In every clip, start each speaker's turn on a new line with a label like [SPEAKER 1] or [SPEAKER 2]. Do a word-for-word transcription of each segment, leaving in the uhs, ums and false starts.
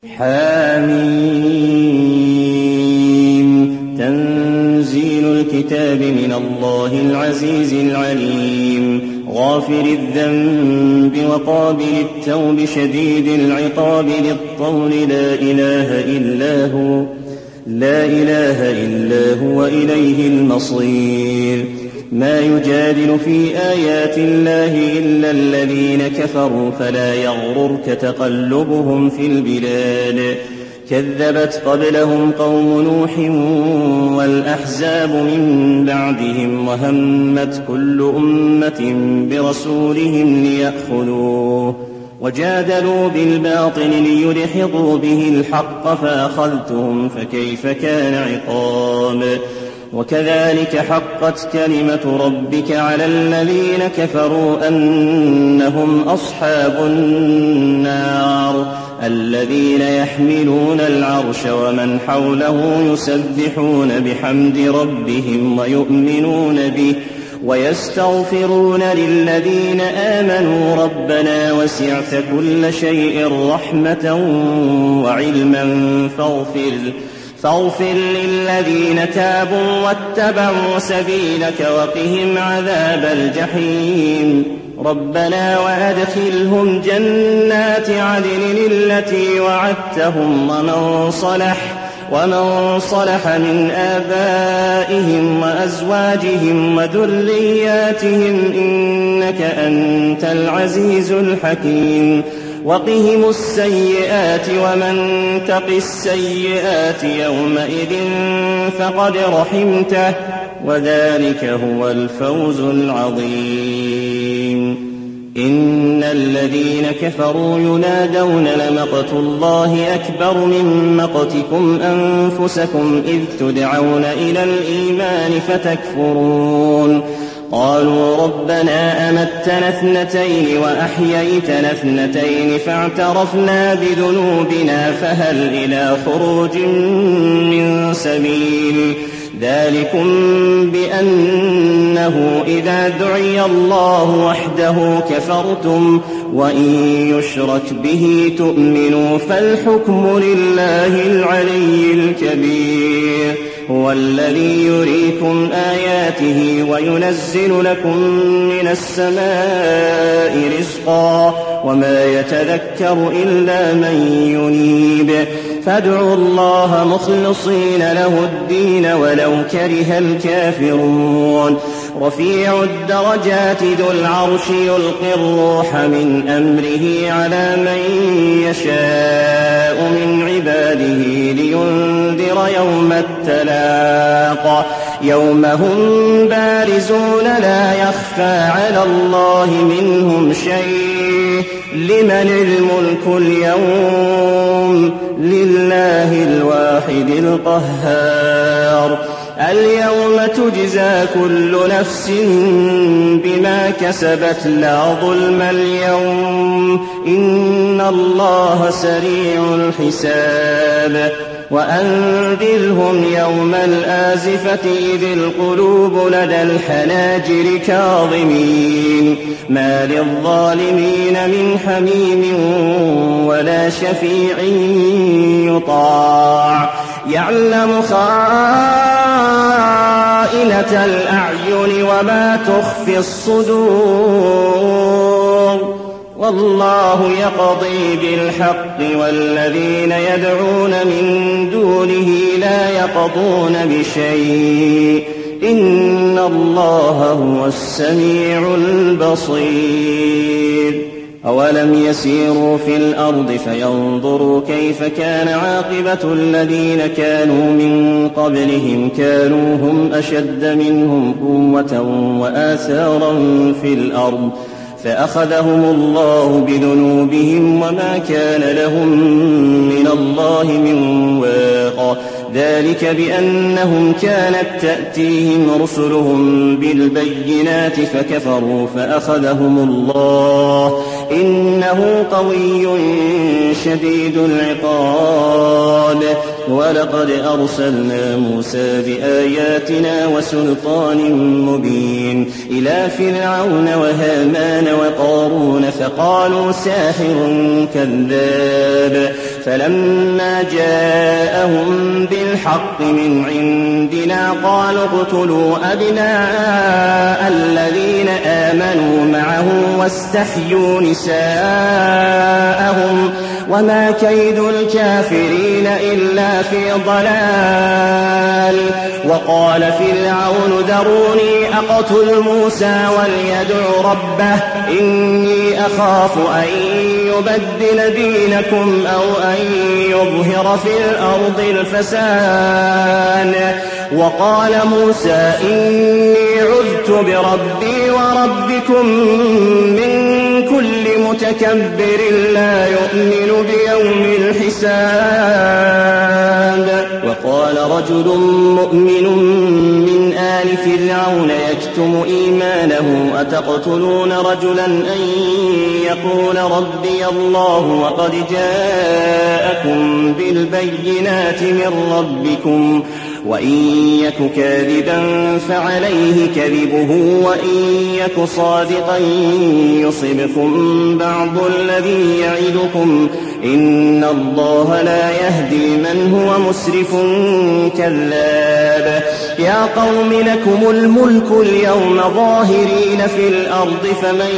[SPEAKER 1] حميم تنزيل الكتاب من الله العزيز العليم غافر الذنب وقابل التوب شديد العقاب للطول لا إله إلا هو لا إله إلا هو إليه المصير ما يجادل في آيات الله إلا الذين كفروا فلا يغررك تقلبهم في البلاد كذبت قبلهم قوم نوح والأحزاب من بعدهم وهمت كل أمة برسولهم ليأخذوه وجادلوا بالباطل ليدحضوا به الحق فأخذتهم فكيف كان عقاب وكذلك حقت كلمة ربك على الذين كفروا أنهم أصحاب النار الذين يحملون العرش ومن حوله يسبحون بحمد ربهم ويؤمنون به ويستغفرون للذين آمنوا ربنا وسعت كل شيء رحمة وعلما فاغفر فاغفر للذين تابوا واتبعوا سبيلك وقهم عذاب الجحيم ربنا وأدخلهم جنات عدن التي وعدتهم ومن صلح ومن صلح من آبائهم وأزواجهم وذرياتهم إنك أنت العزيز الحكيم وقهم السيئات ومن تق السيئات يومئذ فقد رحمته وذلك هو الفوز العظيم إن الذين كفروا ينادون لمقت الله أكبر من مقتكم أنفسكم إذ تدعون إلى الإيمان فتكفرون قالوا ربنا أمتنا اثنتين وأحييتنا اثنتين فاعترفنا بذنوبنا فهل إلى خروج من سبيل ذلكم بأنه إذا دعي الله وحده كفرتم وإن يشرك به تؤمنوا فالحكم لله العلي الكبير هو الذي يريكم آياته وينزل لكم من السماء رزقا وما يتذكر إلا من ينيب فادعوا الله مخلصين له الدين ولو كره الكافرون رفيع الدرجات ذو العرش يلقي الروح من أمره على من يشاء من عباده لينذر يوم التلاق يوم هم بارزون لا يخفى على الله منهم شيء لمن الملك اليوم لله الواحد القهار اليوم تجزى كل نفس بما كسبت لا ظلم اليوم إن الله سريع الحساب وأنذرهم يوم الآزفة إذ القلوب لدى الحناجر كاظمين ما للظالمين من حميم ولا شفيع يطاع يعلم خائنة الأعين وما تخفي الصدور والله يقضي بالحق والذين يدعون من دونه لا يقضون بشيء إن الله هو السميع البصير أولم يسيروا في الأرض فينظروا كيف كان عاقبة الذين كانوا من قبلهم كانوا هم أشد منهم قوة وآثارا في الأرض فأخذهم الله بذنوبهم وما كان لهم من الله من واق ذلك بأنهم كانت تأتيهم رسلهم بالبينات فكفروا فأخذهم الله إنه قوي شديد العقاب ولقد أرسلنا موسى بآياتنا وسلطان مبين إلى فرعون وهامان وقارون فقالوا ساحر كذاب فلما جاءهم بالحق من عندنا قالوا اقتلوا أبناء الذين آمنوا معه واستحيوا نساءهم وما كيد الكافرين إلا في ضلال. وقال فرعون ذروني أقتل موسى وليدع ربه إني أخاف أن يبدل دينكم أو أن يظهر في الأرض الفساد. وقال موسى إني عذت بربي وربكم من كل متكبر لا يؤمن بيوم الحساب. وقال رجل مؤمن من آل فرعون يكتم إيمانه أتقتلون رجلا أن يقول ربي الله وقد جاءكم بالبينات من ربكم وإن يك كاذبا فعليه كذبه وإن يك صادقا يصبكم بعض الذي يعدكم إن الله لا يهدي من هو مسرف كذاب. يا قوم لكم الملك اليوم ظاهرين في الأرض فمن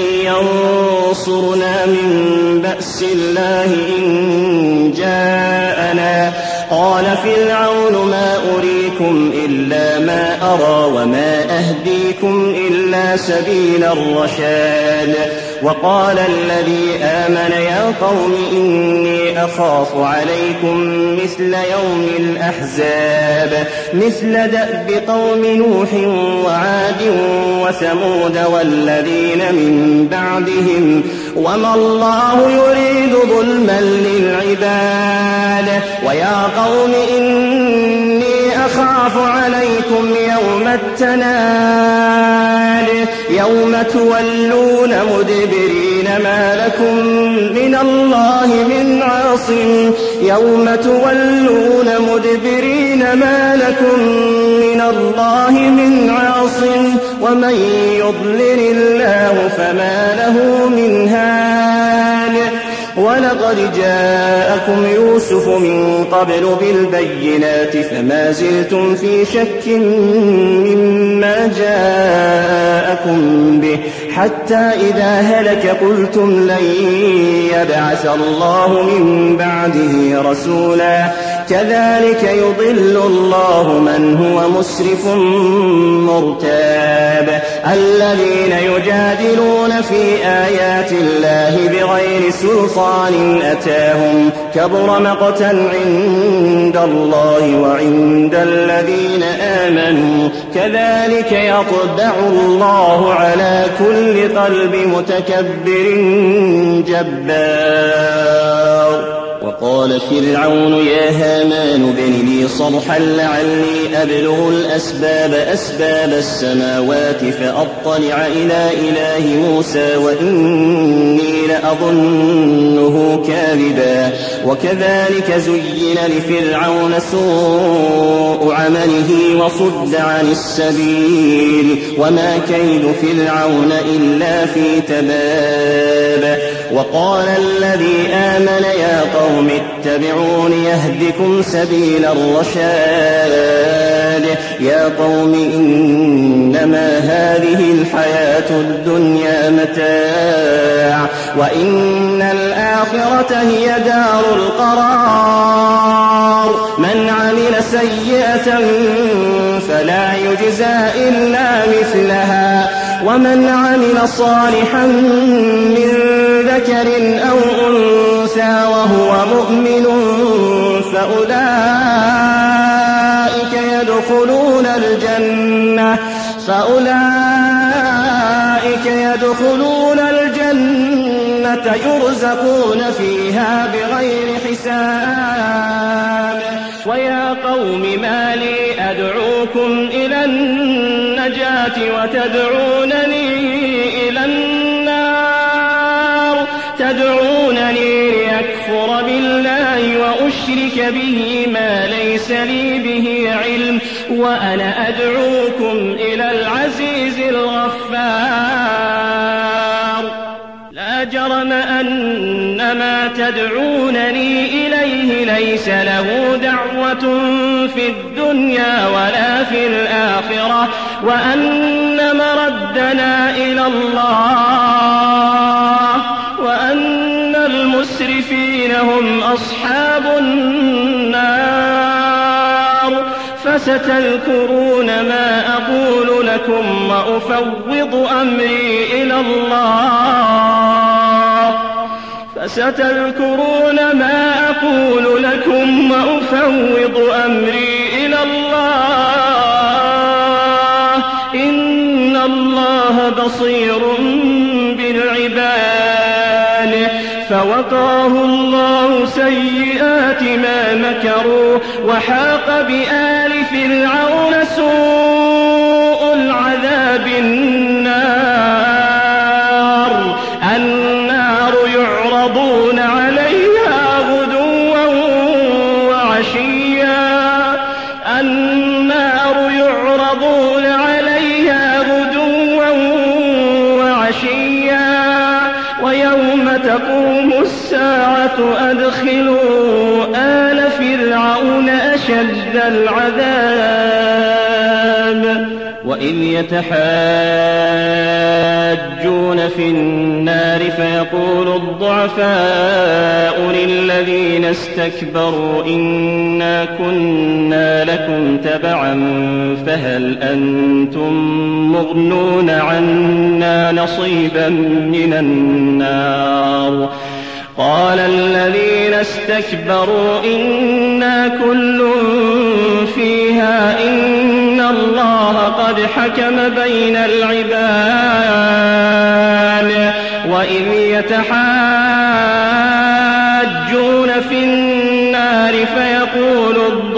[SPEAKER 1] ينصرنا من بأس الله إن جاءنا. قال فرعون ما أريكم إلا ما أرى وما أهديكم إلا سبيل الرشاد. وقال الذي آمن يا قوم إني أخاف عليكم مثل يوم الأحزاب مثل دأب قوم نوح وعاد وثمود والذين من بعدهم وما الله يريد ظلما للعباد. ويا قوم إني أخاف عليكم يوم التناد يوم تولون مدبرين ما لكم من الله من عاصم يوم تولون مدبرين ما لكم من الله من عاصم ومن يضلل الله فما له من هاد. ولقد جاءكم يوسف من قبل بالبينات فما زلتم في شك مما جاءكم به حتى إذا هلك قلتم لن يبعث الله من بعده رسولا كذلك يضل الله من هو مسرف مرتاب. الذين يجادلون في آيات الله بغير سلطان أتاهم كبر مقتا عند الله وعند الذين آمنوا كذلك يطبع الله على كل قلب متكبر جبار. وقال فرعون يا هامان ابن لي صرحا لعلي أبلغ الأسباب أسباب السماوات فأطلع إلى إله موسى وإني لأظنه كاذبا. وكذلك زين لفرعون سوء عمله وصد عن السبيل وما كيد فرعون إلا في تباب. وقال الذي آمن يا قوم اتبعون يهدكم سبيل الرشاد. يا قوم إنما هذه الحياة الدنيا متاع وإن الآخرة هي دار القرار. من عمل سيئة فلا يجزى إلا مثلها ومن عمل صالحا من ذكر أو أنثى وهو مؤمن فأولئك يدخلون الجنة فأولئك يدخلون الجنة يرزقون فيها بغير حساب. ويا قوم ما لي أدعوكم إلى النجاة وتدعونني إلى النار تدعونني ليكفر بالله وأشرك أشرك به ما ليس لي به علم وأنا أدعوكم إلى العزيز الغفار لا جرم أن ما تدعونني إليه ليس له دعوة في الدنيا ولا في الآخرة وأن مردنا إلى الله وأن المسرفين هم أصحاب النار فستذكرون ما أقول لكم وأفوض أمري إلى الله فستذكرون ما أقول لكم وأفوض أمري إلى الله إن الله بصير بالعباد فوقاه الله سيئات ما مكروا وحاق بآل فرعون سوء العذاب النار النار يعرضون عليها غدوا وعشيا النار يعرضون عليها غدوا وعشيا ويوم تقوم الساعة أدخلوا آل فرعون أشد العذاب وإذ يتحاجون في النار فيقول الضعفاء للذين استكبروا إنا كنا لكم تبعا فهل أنتم مغنون عنا نصيبا من النار قال الذين استكبروا إنا كل فيها إن الله قد حكم بين العباد وإذ يتحاجون في النار فيقول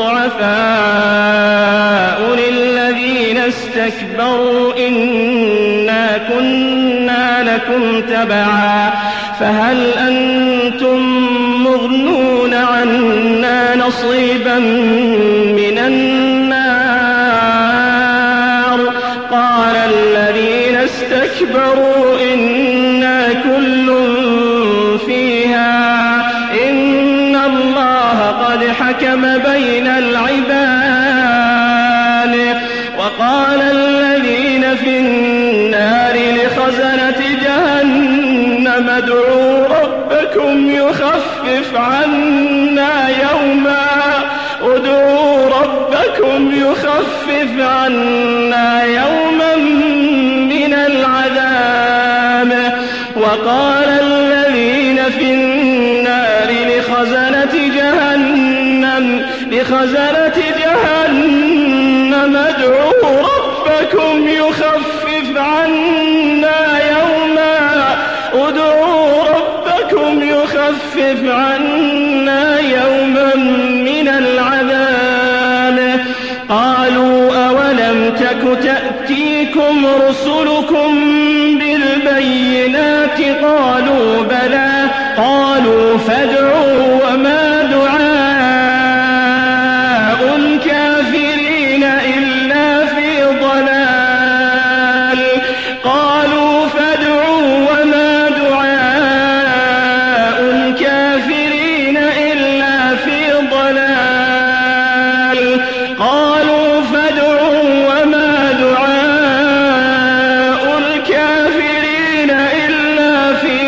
[SPEAKER 1] الضعفاء للذين استكبروا إنا كنا لكم تبعا فهل أنتم مغنون عنا نصيبا من النار قال الذين استكبروا إنا كل فيها إن الله قد حكم بين العباد وقال الذين في النار لخزنة جهنم ادعوا ربكم يخفف عنا يوما ادعوا ربكم يخفف عنا يوما من العذاب وقال الذين في النار لخزنة جهنم لخزنة جهنم ادعوا ربكم يخفف عنا يوما ادعوا ربكم يخفف عنا يوما من العذاب قالوا أولم تك تأتيكم رسلكم بالبينات قالوا بلى قالوا فادعوا وما دعاء الكافرين إلا في ضلال قالوا فادعوا وما دعاء الكافرين إلا في ضلال قالوا فادعوا وما دعاء الكافرين إلا في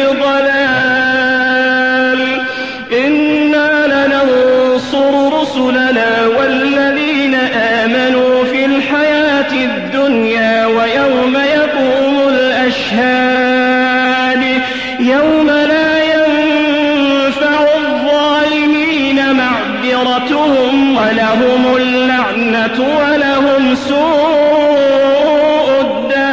[SPEAKER 1] ضلال إنا لننصر رسلنا والذين آمنوا في الحياة الدنيا ويوم يقوم الأشهاد يوم لا ينفع الظالمين معذرتهم ولهم اللعنة ولهم سوء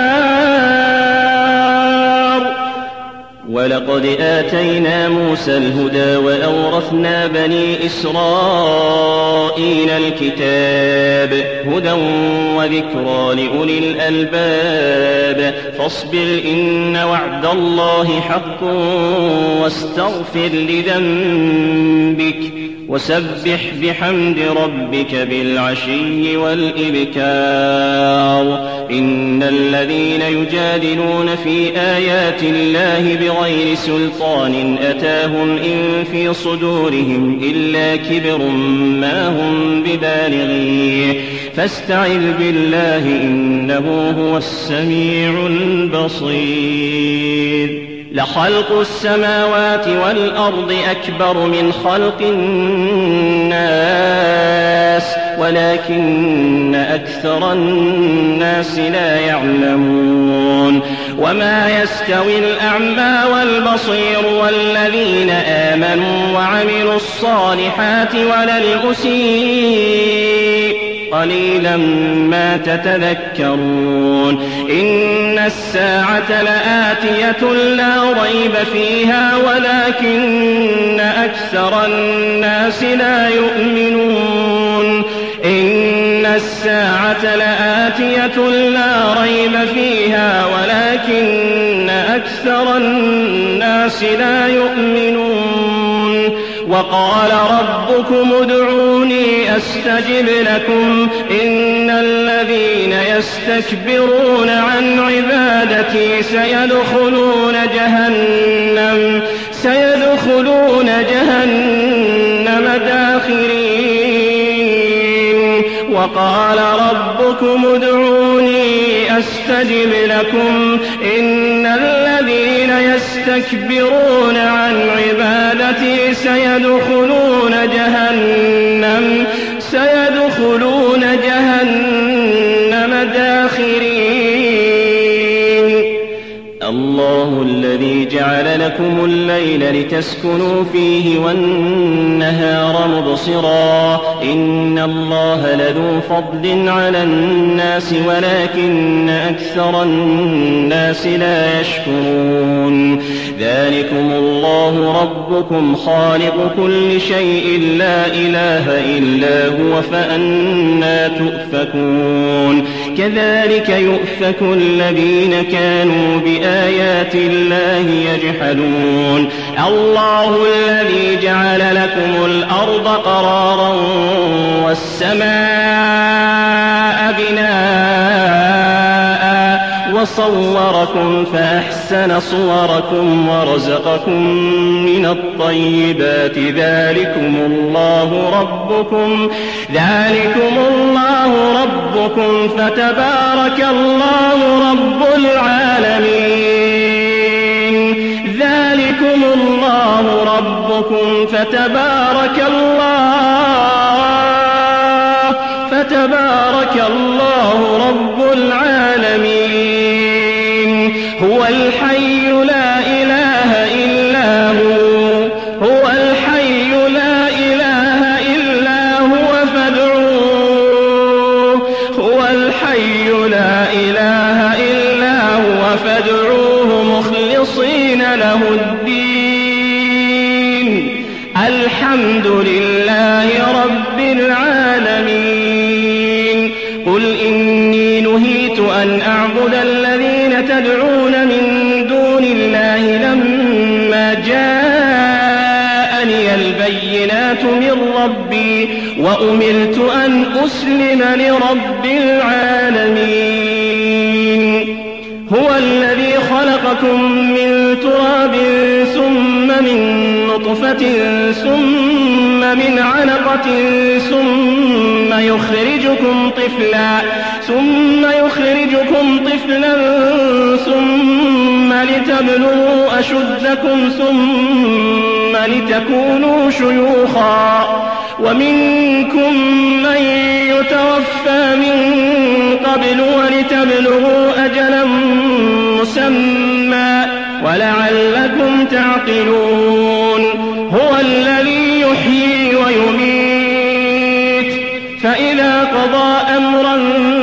[SPEAKER 1] الدار ولقد آتينا موسى الهدى وأورثنا بني إسرائيل الكتاب هدى وذكرى لأولي الألباب فاصبر إن وعد الله حق واستغفر لذنبك وسبح بحمد ربك بالعشي والإبكار إن الذين يجادلون في آيات الله بغير سلطان أتاهم إن في صدورهم إلا كبر ما هم ببالغيه فاستعذ بالله إنه هو السميع البصير لخلق السماوات والأرض أكبر من خلق الناس ولكن أكثر الناس لا يعلمون وما يستوي الأعمى والبصير والذين آمنوا وعملوا الصالحات ولا المسيء قليلا ما تتذكرون إن الساعة لآتية لا ريب فيها ولكن أكثر الناس لا يؤمنون إن الساعة لآتية لا ريب فيها ولكن أكثر الناس لا يؤمنون وقال ربكم ادعوني أستجب لكم إن الذين يستكبرون عن عبادتي سيدخلون جهنم سيدخلون جهنم داخرين وقال ربكم ادعوني أستجب لكم إن الذين يستكبرون عن عبادتي سيدخلون جهنم سيدخلون جهنم داخرين الله الذي جعل لكم الليل لتسكنوا فيه والنهار مبصرا إن الله لذو فضل على الناس ولكن أكثر الناس لا يشكرون ذلكم الله ربكم خالق كل شيء لا إله إلا هو فأنى تؤفكون كذلك يؤفك الذين كانوا بآيات الله يجحدون الله الذي جعل لكم الأرض قرارا والسماء بناء وصوركم فأحسن صوركم ورزقكم من الطيبات ذلكم الله ربكم ذلكم الله ربكم فتبارك الله رب العالمين ذلكم الله ربكم فتبارك الله فتبارك الله رب العالمين هو الحي لا إله إلا هو هو الحي لا إله إلا هو فادعوه هو الحي لا إله إلا هو فادعوه مخلصين له الدين الحمد لله رب العالمين قل إني نهيت أن أعبد الذين تدعون من دون الله لما جاءني البينات من ربي وأمرت أن أسلم لرب العالمين هو الذي خلقكم من تراب ثم من نطفة ثم من علقة ثم يخرجكم طفلا ثم يخرجكم طفلا ثم لتبلغوا أشدكم ثم لتكونوا شيوخا ومنكم من يتوفى من قبل ولتبلغوا أجلا مسمى ولعلكم تعقلون هو الذي يحيي ويميت فإذا قضى أمرا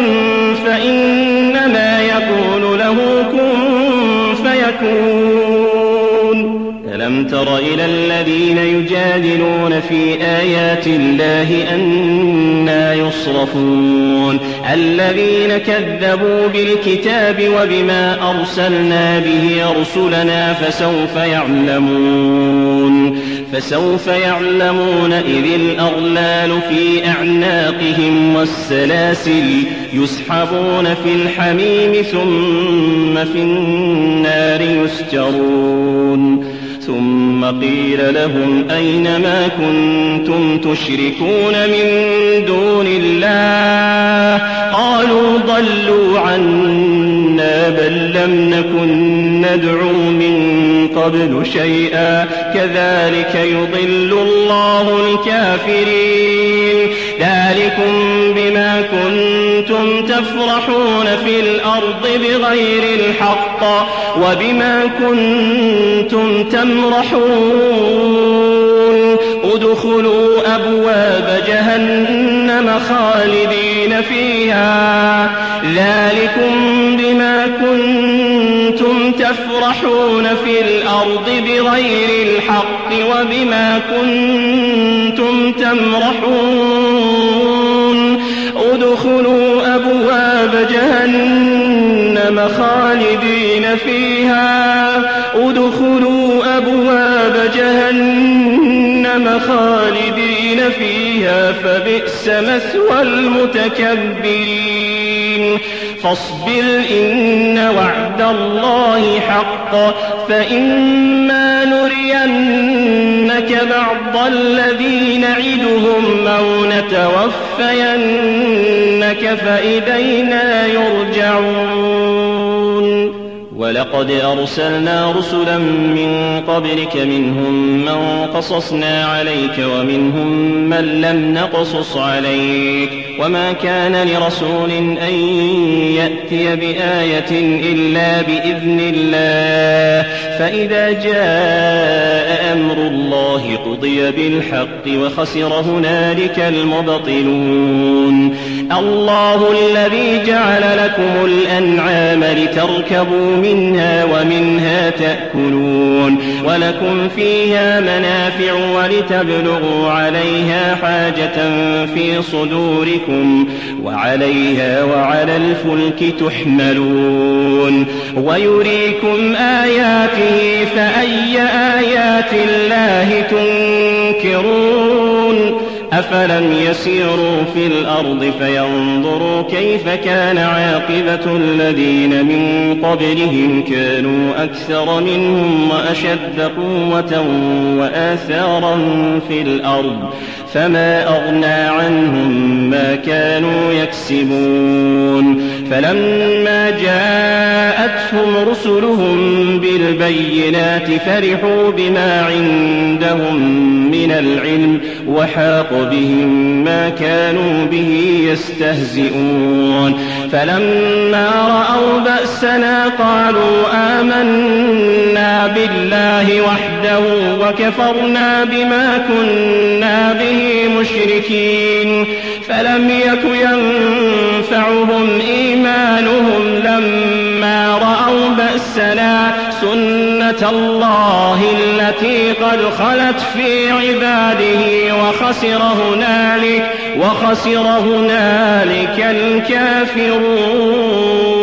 [SPEAKER 1] فإنما يقول له كن فيكون ألم تر تر إلى الذين يجادلون في آيات الله أنى يصرفون الذين كذبوا بالكتاب وبما أرسلنا به رسلنا فسوف يعلمون فسوف يعلمون إذ الأغلال في أعناقهم والسلاسل يسحبون في الحميم ثم في النار يسجرون ثم قيل لهم أين ما كنتم تشركون من دون الله قالوا ضلوا عنا بل لم نكن ندعو من قبل شيئا كذلك يضل الله الكافرين ذلكم بما كنتم تفرحون في الأرض بغير الحق وبما كنتم تمرحون ادخلوا أبواب جهنم خالدين فيها ذلكم بما كنتم تفرحون في الأرض بغير الحق وبما كنتم تمرحون ادخلوا أبواب جهنم خالدين فيها ادخلوا أبواب جهنم خالدين فيها فبئس مثوى المتكبرين فاصبر إن وعد الله حق فإما نرينك بعض الذي نعدهم أو نتوفينك فإلينا يرجعون ولقد أرسلنا رسلا من قبلك منهم من قصصنا عليك ومنهم من لم نقصص عليك وما كان لرسول أن يأتي بآية إلا بإذن الله فإذا جاء أمر الله قضي بالحق وخسر هنالك المبطلون الله الذي جعل لكم الأنعام لتركبوا منها ومنها تأكلون ولكم فيها منافع ولتبلغوا عليها حاجة في صدوركم وعليها وعلى الفلك تحملون ويريكم آياته فأي آيات الله تنكرون أفلم يسيروا في الأرض فينظروا كيف كان عاقبة الذين من قبلهم كانوا أكثر منهم وأشد قوة وآثارا في الأرض فما أغنى عنهم ما كانوا يكسبون فلما جاءتهم رسلهم بالبينات فرحوا بما عندهم من العلم وحاق بهم ما كانوا به يستهزئون فلما رأوا بأسنا قالوا آمنا بالله وحده وكفرنا بما كنا به مشركين فلم يك ينفعهم إيمانهم لما رأوا بأسنا سنة الله التي قد خلت في عباده وخسر هنالك وخسر هنالك الكافرون.